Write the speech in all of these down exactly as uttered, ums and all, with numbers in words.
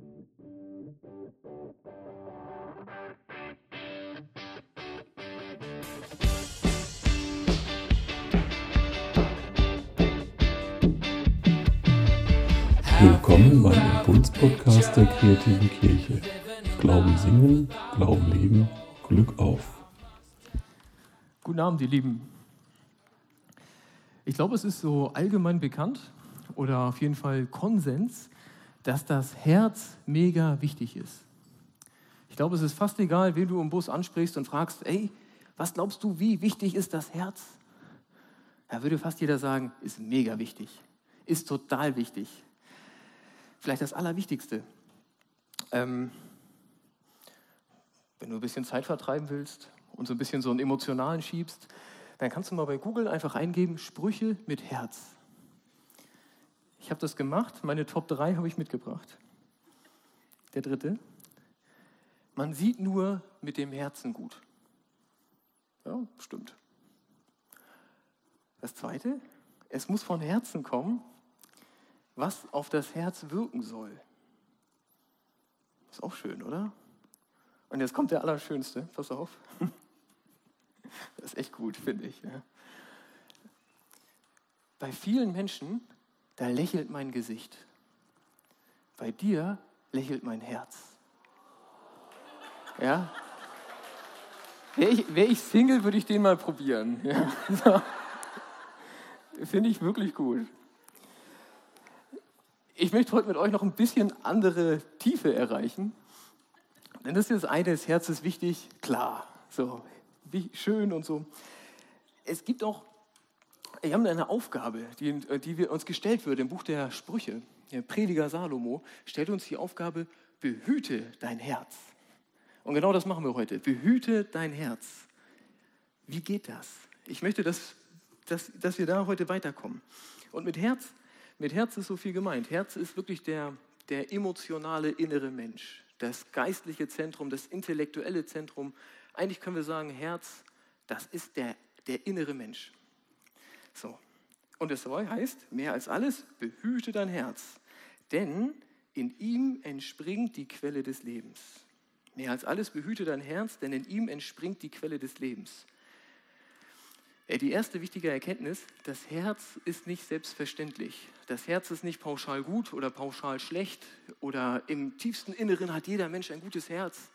Willkommen beim Impuls-Podcast der Kreativen Kirche. Glauben singen, Glauben leben, Glück auf. Guten Abend, ihr Lieben. Ich glaube, es ist so allgemein bekannt oder auf jeden Fall Konsens, dass das Herz mega wichtig ist. Ich glaube, es ist fast egal, wen du im Bus ansprichst und fragst, ey, was glaubst du, wie wichtig ist das Herz? Da würde fast jeder sagen, ist mega wichtig, ist total wichtig. Vielleicht das Allerwichtigste. Ähm, wenn du ein bisschen Zeit vertreiben willst und so ein bisschen so einen emotionalen schiebst, dann kannst du mal bei Google einfach eingeben, Sprüche mit Herz. Ich habe das gemacht, meine Top drei habe ich mitgebracht. Der dritte, man sieht nur mit dem Herzen gut. Ja, stimmt. Das zweite, es muss von Herzen kommen, was auf das Herz wirken soll. Ist auch schön, oder? Und jetzt kommt der Allerschönste, pass auf. Das ist echt gut, finde ich. Ja. Bei vielen Menschen, da lächelt mein Gesicht. Bei dir lächelt mein Herz. Ja? Wäre ich, wär ich Single, würde ich den mal probieren. Ja. So. Finde ich wirklich gut. Ich möchte heute mit euch noch ein bisschen andere Tiefe erreichen. Denn das ist das eine, das Herz ist wichtig, klar, so wie schön und so. Es gibt auch, wir haben eine Aufgabe, die, die wir uns gestellt wird im Buch der Sprüche. Der Prediger Salomo stellt uns die Aufgabe, behüte dein Herz. Und genau das machen wir heute, behüte dein Herz. Wie geht das? Ich möchte, dass, dass, dass wir da heute weiterkommen. Und mit Herz Mit Herz ist so viel gemeint. Herz ist wirklich der, der emotionale innere Mensch, das geistliche Zentrum, das intellektuelle Zentrum. Eigentlich können wir sagen, Herz, das ist der, der innere Mensch. So. Und es heißt, mehr als alles, behüte dein Herz, denn in ihm entspringt die Quelle des Lebens. Mehr als alles, behüte dein Herz, denn in ihm entspringt die Quelle des Lebens. Die erste wichtige Erkenntnis, das Herz ist nicht selbstverständlich. Das Herz ist nicht pauschal gut oder pauschal schlecht oder im tiefsten Inneren hat jeder Mensch ein gutes Herz.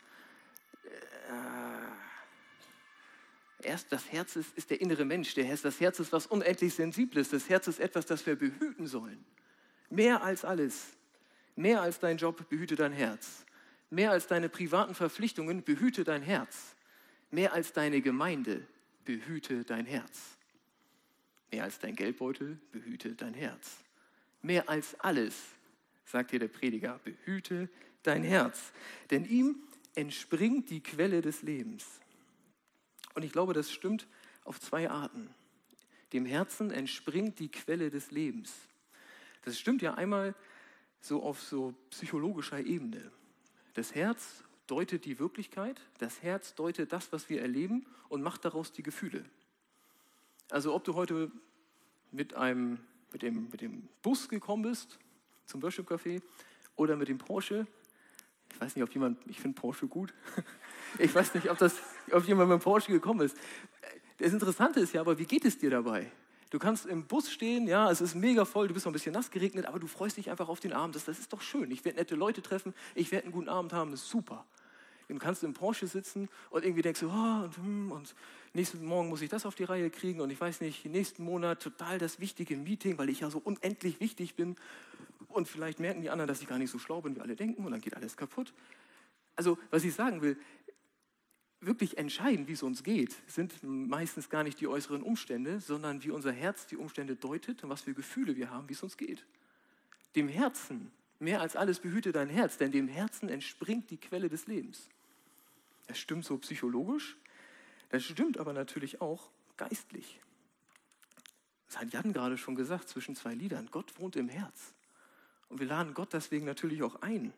Erst das Herz ist, ist der innere Mensch. Das Herz ist was unendlich Sensibles. Das Herz ist etwas, das wir behüten sollen. Mehr als alles. Mehr als dein Job, behüte dein Herz. Mehr als deine privaten Verpflichtungen, behüte dein Herz. Mehr als deine Gemeinde, behüte dein Herz. Mehr als dein Geldbeutel, behüte dein Herz. Mehr als alles, sagt hier der Prediger, behüte dein Herz. Denn ihm entspringt die Quelle des Lebens. Und ich glaube, das stimmt auf zwei Arten. Dem Herzen entspringt die Quelle des Lebens. Das stimmt ja einmal so auf so psychologischer Ebene. Das Herz deutet die Wirklichkeit, das Herz deutet das, was wir erleben und macht daraus die Gefühle. Also ob du heute mit, einem, mit, dem, mit dem Bus gekommen bist zum Worship Café oder mit dem Porsche, ich weiß nicht, ob jemand, ich finde Porsche gut, ich weiß nicht, ob, das, ob jemand mit dem Porsche gekommen ist. Das Interessante ist ja aber, wie geht es dir dabei? Du kannst im Bus stehen, ja, es ist mega voll, du bist noch ein bisschen nass geregnet, aber du freust dich einfach auf den Abend. Das, das ist doch schön. Ich werde nette Leute treffen, ich werde einen guten Abend haben, das ist super. Du kannst im Porsche sitzen und irgendwie denkst du, oh, und, und nächsten Morgen muss ich das auf die Reihe kriegen und ich weiß nicht, nächsten Monat total das wichtige Meeting, weil ich ja so unendlich wichtig bin und vielleicht merken die anderen, dass ich gar nicht so schlau bin, wie alle denken und dann geht alles kaputt. Also, was ich sagen will, wirklich entscheidend, wie es uns geht, sind meistens gar nicht die äußeren Umstände, sondern wie unser Herz die Umstände deutet und was für Gefühle wir haben, wie es uns geht. Dem Herzen, mehr als alles behüte dein Herz, denn dem Herzen entspringt die Quelle des Lebens. Das stimmt so psychologisch, das stimmt aber natürlich auch geistlich. Das hat Jan gerade schon gesagt, zwischen zwei Liedern. Gott wohnt im Herz. Und wir laden Gott deswegen natürlich auch ein.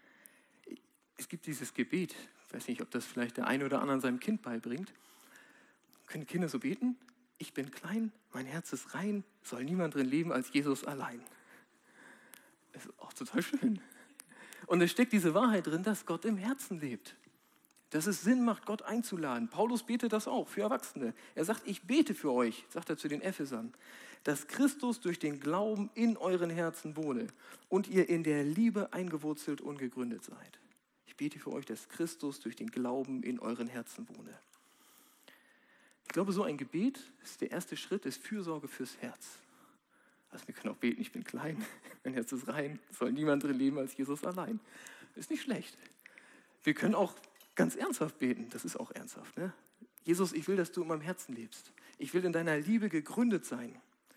Es gibt dieses Gebet, ich weiß nicht, ob das vielleicht der eine oder andere seinem Kind beibringt. Können Kinder so beten? Ich bin klein, mein Herz ist rein, soll niemand drin leben als Jesus allein. Das ist auch total schön. Und es steckt diese Wahrheit drin, dass Gott im Herzen lebt. Dass es Sinn macht, Gott einzuladen. Paulus betet das auch für Erwachsene. Er sagt, ich bete für euch, sagt er zu den Ephesern, dass Christus durch den Glauben in euren Herzen wohne und ihr in der Liebe eingewurzelt und gegründet seid. Ich bete für euch, dass Christus durch den Glauben in euren Herzen wohne. Ich glaube, so ein Gebet ist der erste Schritt, ist Fürsorge fürs Herz. Also wir können auch beten, ich bin klein, mein Herz ist rein, es soll niemand drin leben als Jesus allein. Ist nicht schlecht. Wir können auch ganz ernsthaft beten, das ist auch ernsthaft. Ne? Jesus, ich will, dass du in meinem Herzen lebst. Ich will in deiner Liebe gegründet sein.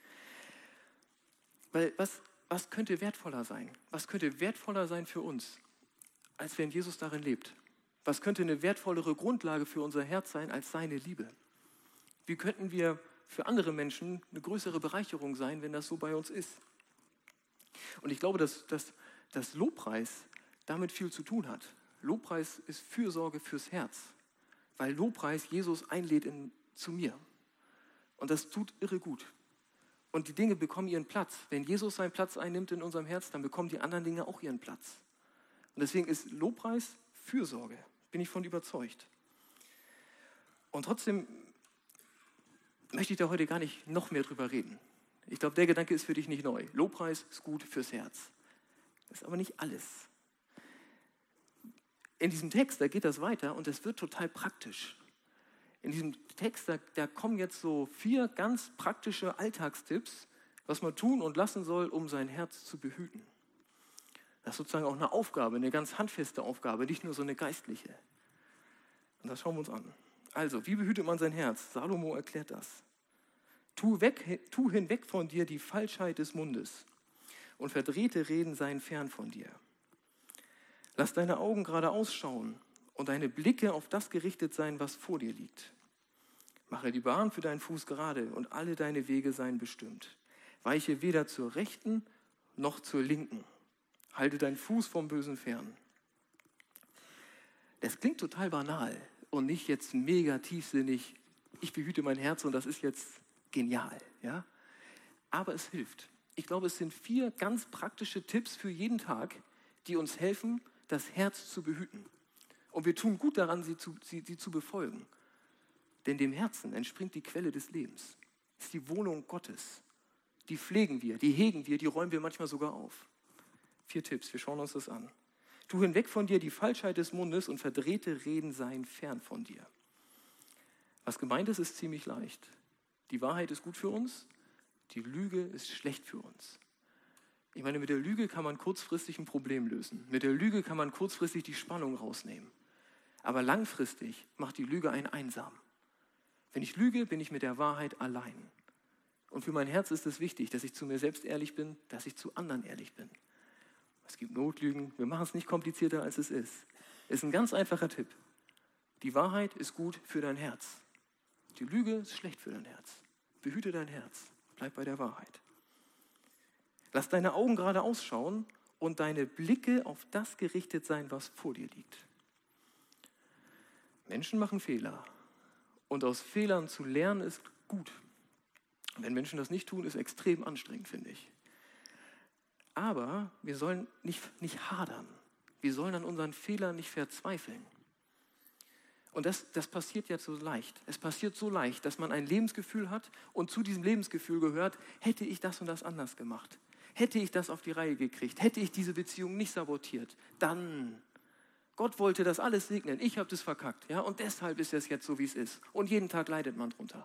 Weil was, was könnte wertvoller sein? Was könnte wertvoller sein für uns, als wenn Jesus darin lebt? Was könnte eine wertvollere Grundlage für unser Herz sein als seine Liebe? Wie könnten wir für andere Menschen eine größere Bereicherung sein, wenn das so bei uns ist? Und ich glaube, dass, dass, dass Lobpreis damit viel zu tun hat. Lobpreis ist Fürsorge fürs Herz, weil Lobpreis Jesus einlädt in, zu mir. Und das tut irre gut. Und die Dinge bekommen ihren Platz. Wenn Jesus seinen Platz einnimmt in unserem Herz, dann bekommen die anderen Dinge auch ihren Platz. Und deswegen ist Lobpreis Fürsorge, bin ich von überzeugt. Und trotzdem möchte ich da heute gar nicht noch mehr drüber reden. Ich glaube, der Gedanke ist für dich nicht neu. Lobpreis ist gut fürs Herz. Das ist aber nicht alles. In diesem Text, da geht das weiter und es wird total praktisch. In diesem Text, da, da kommen jetzt so vier ganz praktische Alltagstipps, was man tun und lassen soll, um sein Herz zu behüten. Das ist sozusagen auch eine Aufgabe, eine ganz handfeste Aufgabe, nicht nur so eine geistliche. Und das schauen wir uns an. Also, wie behütet man sein Herz? Salomo erklärt das. Tu, weg, tu hinweg von dir die Falschheit des Mundes und verdrehte Reden seien fern von dir. Lass deine Augen geradeaus schauen und deine Blicke auf das gerichtet sein, was vor dir liegt. Mache die Bahn für deinen Fuß gerade und alle deine Wege seien bestimmt. Weiche weder zur Rechten noch zur Linken. Halte deinen Fuß vom Bösen fern. Das klingt total banal und nicht jetzt mega tiefsinnig. Ich behüte mein Herz und das ist jetzt genial. Ja? Aber es hilft. Ich glaube, es sind vier ganz praktische Tipps für jeden Tag, die uns helfen, das Herz zu behüten. Und wir tun gut daran, sie zu, sie, sie zu befolgen. Denn dem Herzen entspringt die Quelle des Lebens. Das ist die Wohnung Gottes. Die pflegen wir, die hegen wir, die räumen wir manchmal sogar auf. Vier Tipps, wir schauen uns das an. Tu hinweg von dir die Falschheit des Mundes und verdrehte Reden seien fern von dir. Was gemeint ist, ist ziemlich leicht. Die Wahrheit ist gut für uns, die Lüge ist schlecht für uns. Ich meine, mit der Lüge kann man kurzfristig ein Problem lösen. Mit der Lüge kann man kurzfristig die Spannung rausnehmen. Aber langfristig macht die Lüge einen einsam. Wenn ich lüge, bin ich mit der Wahrheit allein. Und für mein Herz ist es wichtig, dass ich zu mir selbst ehrlich bin, dass ich zu anderen ehrlich bin. Es gibt Notlügen, wir machen es nicht komplizierter, als es ist. Es ist ein ganz einfacher Tipp. Die Wahrheit ist gut für dein Herz. Die Lüge ist schlecht für dein Herz. Behüte dein Herz, bleib bei der Wahrheit. Lass deine Augen gerade ausschauen und deine Blicke auf das gerichtet sein, was vor dir liegt. Menschen machen Fehler und aus Fehlern zu lernen ist gut. Wenn Menschen das nicht tun, ist extrem anstrengend, finde ich. Aber wir sollen nicht, nicht hadern. Wir sollen an unseren Fehlern nicht verzweifeln. Und das, das passiert ja so leicht. Es passiert so leicht, dass man ein Lebensgefühl hat und zu diesem Lebensgefühl gehört, hätte ich das und das anders gemacht. Hätte ich das auf die Reihe gekriegt, hätte ich diese Beziehung nicht sabotiert, dann, Gott wollte das alles segnen, ich habe das verkackt, ja, und deshalb ist es jetzt so, wie es ist. Und jeden Tag leidet man drunter.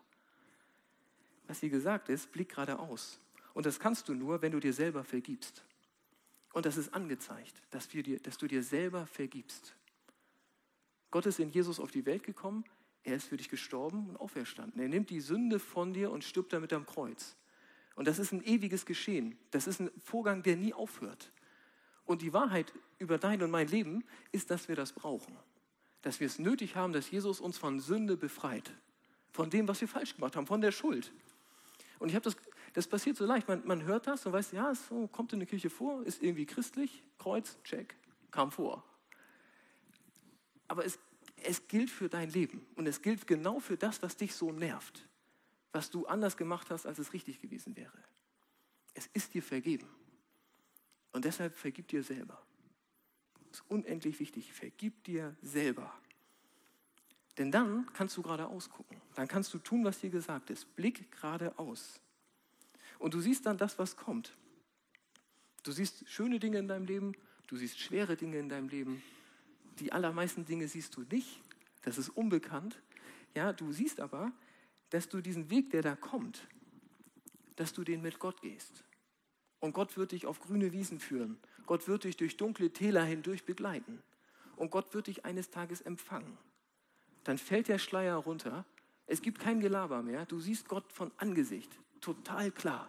Was hier gesagt ist, blick geradeaus. Und das kannst du nur, wenn du dir selber vergibst. Und das ist angezeigt, dass, wir dir, dass du dir selber vergibst. Gott ist in Jesus auf die Welt gekommen, er ist für dich gestorben und auferstanden. Er nimmt die Sünde von dir und stirbt damit am Kreuz. Und das ist ein ewiges Geschehen. Das ist ein Vorgang, der nie aufhört. Und die Wahrheit über dein und mein Leben ist, dass wir das brauchen. Dass wir es nötig haben, dass Jesus uns von Sünde befreit. Von dem, was wir falsch gemacht haben, von der Schuld. Und ich habe das, das passiert so leicht. Man, man hört das und weiß, ja, es so, kommt in der Kirche vor, ist irgendwie christlich, Kreuz, check, kam vor. Aber es, es gilt für dein Leben. Und es gilt genau für das, was dich so nervt. Was du anders gemacht hast, als es richtig gewesen wäre. Es ist dir vergeben. Und deshalb vergib dir selber. Das ist unendlich wichtig. Vergib dir selber. Denn dann kannst du geradeaus gucken. Dann kannst du tun, was dir gesagt ist. Blick geradeaus. Und du siehst dann das, was kommt. Du siehst schöne Dinge in deinem Leben, du siehst schwere Dinge in deinem Leben. Die allermeisten Dinge siehst du nicht. Das ist unbekannt. Ja, du siehst aber, dass du diesen Weg, der da kommt, dass du den mit Gott gehst. Und Gott wird dich auf grüne Wiesen führen. Gott wird dich durch dunkle Täler hindurch begleiten. Und Gott wird dich eines Tages empfangen. Dann fällt der Schleier runter. Es gibt kein Gelaber mehr. Du siehst Gott von Angesicht. Total klar.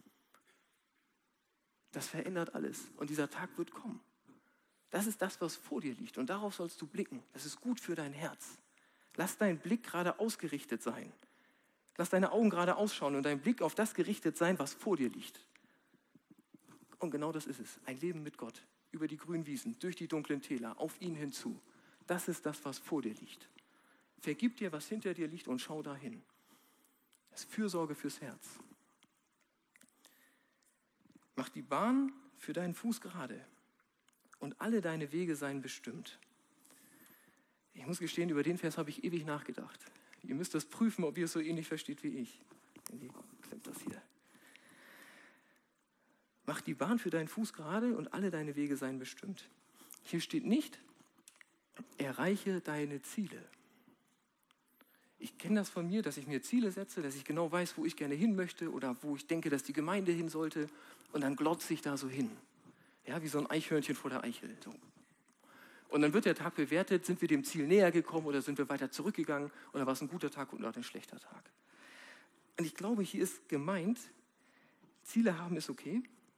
Das verändert alles. Und dieser Tag wird kommen. Das ist das, was vor dir liegt. Und darauf sollst du blicken. Das ist gut für dein Herz. Lass dein Blick gerade ausgerichtet sein. Lass deine Augen gerade ausschauen und dein Blick auf das gerichtet sein, was vor dir liegt. Und genau das ist es. Ein Leben mit Gott. Über die grünen Wiesen, durch die dunklen Täler, auf ihn hinzu. Das ist das, was vor dir liegt. Vergib dir, was hinter dir liegt und schau dahin. Das ist Fürsorge fürs Herz. Mach die Bahn für deinen Fuß gerade und alle deine Wege seien bestimmt. Ich muss gestehen, über den Vers habe ich ewig nachgedacht. Ihr müsst das prüfen, ob ihr es so ähnlich versteht wie ich. Irgendwie klemmt das hier. Mach die Bahn für deinen Fuß gerade und alle deine Wege seien bestimmt. Hier steht nicht, erreiche deine Ziele. Ich kenne das von mir, dass ich mir Ziele setze, dass ich genau weiß, wo ich gerne hin möchte oder wo ich denke, dass die Gemeinde hin sollte. Und dann glotze ich da so hin. Ja, wie so ein Eichhörnchen vor der Eichel. So. Und dann wird der Tag bewertet, sind wir dem Ziel näher gekommen oder sind wir weiter zurückgegangen oder war es ein guter Tag oder ein schlechter Tag. Und ich glaube, hier ist gemeint, Ziele haben ist okay,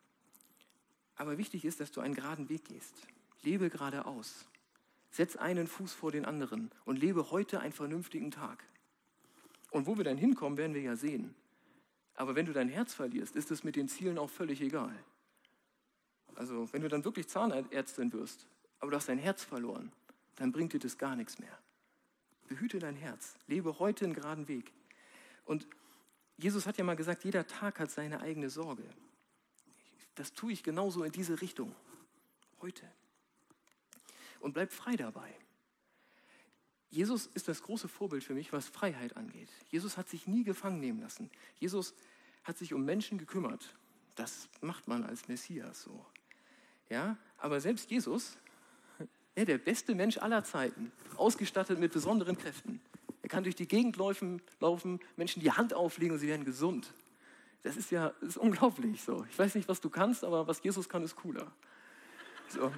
aber wichtig ist, dass du einen geraden Weg gehst. Lebe geradeaus. Setz einen Fuß vor den anderen und lebe heute einen vernünftigen Tag. Und wo wir dann hinkommen, werden wir ja sehen. Aber wenn du dein Herz verlierst, ist es mit den Zielen auch völlig egal. Also wenn du dann wirklich Zahnärztin wirst, aber du hast dein Herz verloren, dann bringt dir das gar nichts mehr. Behüte dein Herz. Lebe heute einen geraden Weg. Und Jesus hat ja mal gesagt, jeder Tag hat seine eigene Sorge. Das tue ich genauso in diese Richtung. Heute. Und bleib frei dabei. Jesus ist das große Vorbild für mich, was Freiheit angeht. Jesus hat sich nie gefangen nehmen lassen. Jesus hat sich um Menschen gekümmert. Das macht man als Messias so. Ja, aber selbst Jesus, ja, der beste Mensch aller Zeiten, ausgestattet mit besonderen Kräften. Er kann durch die Gegend laufen, laufen, Menschen die Hand auflegen und sie werden gesund. Das ist ja das ist unglaublich so. Ich weiß nicht, was du kannst, aber was Jesus kann, ist cooler. So.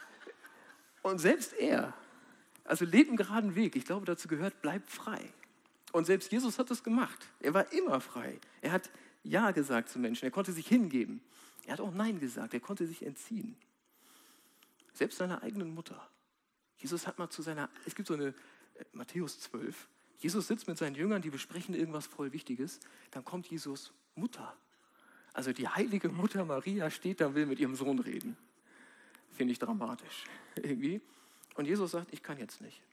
Und selbst er, also lebt einen geraden Weg. Ich glaube, dazu gehört, bleib frei. Und selbst Jesus hat das gemacht. Er war immer frei. Er hat Ja gesagt zu Menschen. Er konnte sich hingeben. Er hat auch Nein gesagt. Er konnte sich entziehen. Selbst seiner eigenen Mutter. Jesus hat mal zu seiner, es gibt so eine, Matthäus zwölf, Jesus sitzt mit seinen Jüngern, die besprechen irgendwas voll Wichtiges. Dann kommt Jesus Mutter. Also die heilige Mutter Maria steht da und will mit ihrem Sohn reden. Finde ich dramatisch. Irgendwie. Und Jesus sagt, ich kann jetzt nicht.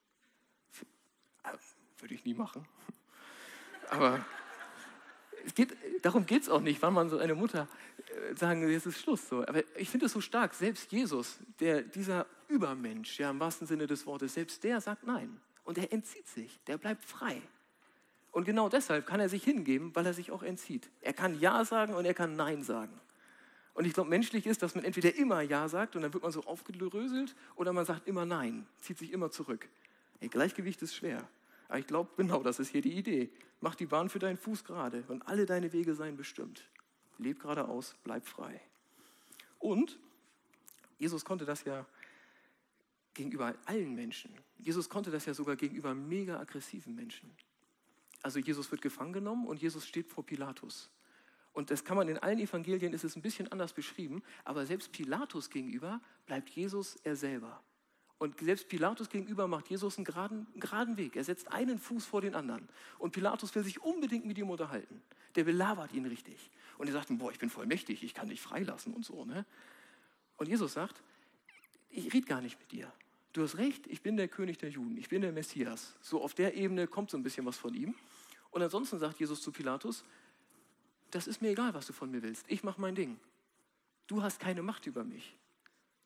Würde ich nie machen. Aber es geht, darum geht es auch nicht, wann man so eine Mutter äh, sagen, jetzt ist Schluss. So. Aber ich finde es so stark, selbst Jesus, der, dieser Übermensch, ja, im wahrsten Sinne des Wortes, selbst der sagt nein. Und er entzieht sich, der bleibt frei. Und genau deshalb kann er sich hingeben, weil er sich auch entzieht. Er kann Ja sagen und er kann Nein sagen. Und ich glaube, menschlich ist, dass man entweder immer Ja sagt und dann wird man so aufgedröselt oder man sagt immer Nein, zieht sich immer zurück. Ey, Gleichgewicht ist schwer. Aber ich glaube, genau das ist hier die Idee. Mach die Bahn für deinen Fuß gerade und alle deine Wege seien bestimmt. Leb geradeaus, bleib frei. Und Jesus konnte das ja gegenüber allen Menschen. Jesus konnte das ja sogar gegenüber mega aggressiven Menschen. Also Jesus wird gefangen genommen und Jesus steht vor Pilatus. Und das kann man in allen Evangelien, ist es ein bisschen anders beschrieben, aber selbst Pilatus gegenüber bleibt Jesus er selber. Und selbst Pilatus gegenüber macht Jesus einen geraden, einen geraden Weg. Er setzt einen Fuß vor den anderen. Und Pilatus will sich unbedingt mit ihm unterhalten. Der belabert ihn richtig. Und er sagt ihm, boah, ich bin voll mächtig, ich kann dich freilassen und so. Ne? Und Jesus sagt, ich rede gar nicht mit dir. Du hast recht, ich bin der König der Juden, ich bin der Messias. So auf der Ebene kommt so ein bisschen was von ihm. Und ansonsten sagt Jesus zu Pilatus, das ist mir egal, was du von mir willst. Ich mache mein Ding. Du hast keine Macht über mich.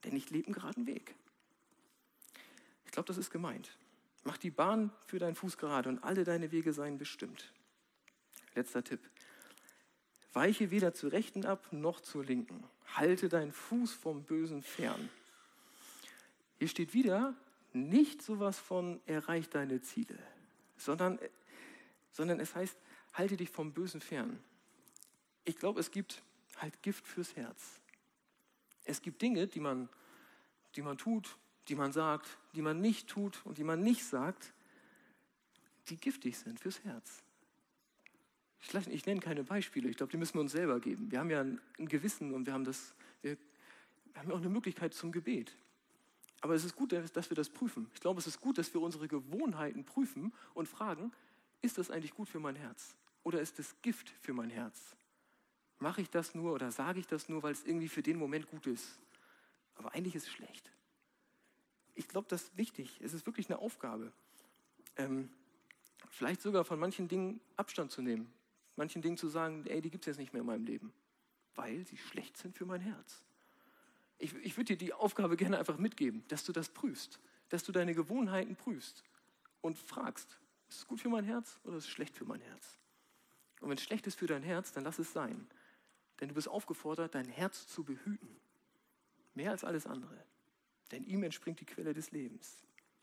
denn ich lebe einen geraden Weg. Ich glaube, das ist gemeint. Mach die Bahn für deinen Fuß gerade und alle deine Wege seien bestimmt. Letzter Tipp. Weiche weder zur Rechten ab, noch zur Linken. Halte deinen Fuß vom Bösen fern. Hier steht wieder nicht sowas von erreich deine Ziele, sondern, sondern es heißt, halte dich vom Bösen fern. Ich glaube, es gibt halt Gift fürs Herz. Es gibt Dinge, die man, die man tut, die man sagt, die man nicht tut und die man nicht sagt, die giftig sind fürs Herz. Ich, ich nenne keine Beispiele, ich glaube, die müssen wir uns selber geben. Wir haben ja ein, ein Gewissen und wir haben, das, wir, wir haben ja auch eine Möglichkeit zum Gebet. Aber es ist gut, dass wir das prüfen. Ich glaube, es ist gut, dass wir unsere Gewohnheiten prüfen und fragen, ist das eigentlich gut für mein Herz? Oder ist das Gift für mein Herz? Mache ich das nur oder sage ich das nur, weil es irgendwie für den Moment gut ist? Aber eigentlich ist es schlecht. Ich glaube, das ist wichtig. Es ist wirklich eine Aufgabe. Ähm, vielleicht sogar von manchen Dingen Abstand zu nehmen. Manchen Dingen zu sagen, ey, die gibt es jetzt nicht mehr in meinem Leben. Weil sie schlecht sind für mein Herz. Ich, ich würde dir die Aufgabe gerne einfach mitgeben, dass du das prüfst. Dass du deine Gewohnheiten prüfst und fragst, ist es gut für mein Herz oder ist es schlecht für mein Herz? Und wenn es schlecht ist für dein Herz, dann lass es sein. Denn du bist aufgefordert, dein Herz zu behüten. Mehr als alles andere. Denn ihm entspringt die Quelle des Lebens.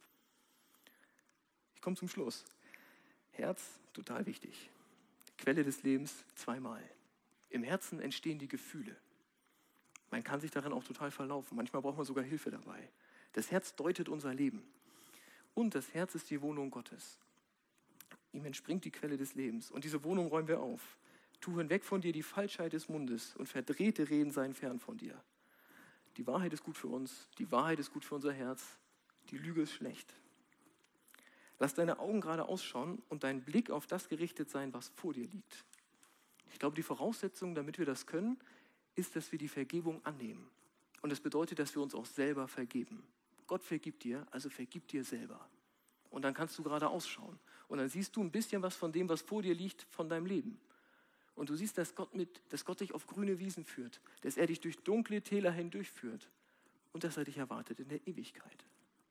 Ich komme zum Schluss. Herz, total wichtig. Quelle des Lebens, zweimal. Im Herzen entstehen die Gefühle. Man kann sich darin auch total verlaufen. Manchmal braucht man sogar Hilfe dabei. Das Herz deutet unser Leben. Und das Herz ist die Wohnung Gottes. Ihm entspringt die Quelle des Lebens. Und diese Wohnung räumen wir auf. Tu hinweg von dir die Falschheit des Mundes und verdrehte Reden seien fern von dir. Die Wahrheit ist gut für uns, die Wahrheit ist gut für unser Herz, die Lüge ist schlecht. Lass deine Augen gerade ausschauen und dein Blick auf das gerichtet sein, was vor dir liegt. Ich glaube, die Voraussetzung, damit wir das können, ist, dass wir die Vergebung annehmen. Und das bedeutet, dass wir uns auch selber vergeben. Gott vergibt dir, also vergib dir selber. Und dann kannst du gerade ausschauen. Und dann siehst du ein bisschen was von dem, was vor dir liegt, von deinem Leben. Und du siehst, dass Gott, mit, dass Gott dich auf grüne Wiesen führt, dass er dich durch dunkle Täler hindurchführt und dass er dich erwartet in der Ewigkeit.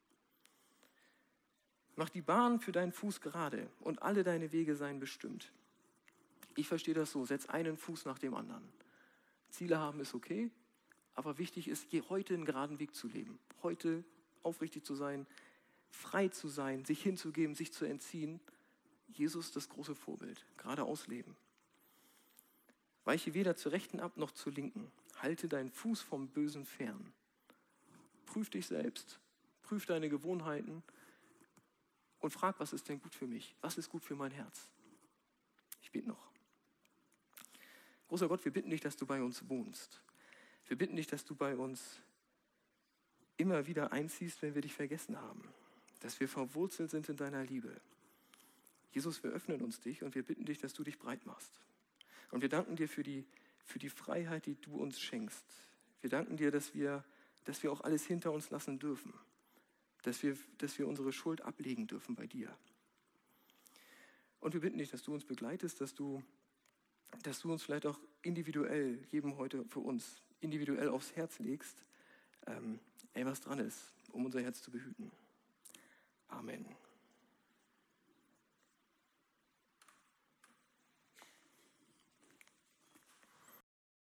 Mach die Bahn für deinen Fuß gerade und alle deine Wege seien bestimmt. Ich verstehe das so, setz einen Fuß nach dem anderen. Ziele haben ist okay, aber wichtig ist, heute einen geraden Weg zu leben. Heute aufrichtig zu sein, frei zu sein, sich hinzugeben, sich zu entziehen. Jesus das große Vorbild, geradeaus leben. Weiche weder zur Rechten ab noch zur Linken. Halte deinen Fuß vom Bösen fern. Prüf dich selbst, prüf deine Gewohnheiten und frag, was ist denn gut für mich? Was ist gut für mein Herz? Ich bete noch. Großer Gott, wir bitten dich, dass du bei uns wohnst. Wir bitten dich, dass du bei uns immer wieder einziehst, wenn wir dich vergessen haben. Dass wir verwurzelt sind in deiner Liebe. Jesus, wir öffnen uns dich und wir bitten dich, dass du dich breit machst. Und wir danken dir für die, für die Freiheit, die du uns schenkst. Wir danken dir, dass wir, dass wir auch alles hinter uns lassen dürfen. Dass wir, dass wir unsere Schuld ablegen dürfen bei dir. Und wir bitten dich, dass du uns begleitest, dass du, dass du uns vielleicht auch individuell, jedem heute für uns, individuell aufs Herz legst, ähm, ey, was dran ist, um unser Herz zu behüten. Amen.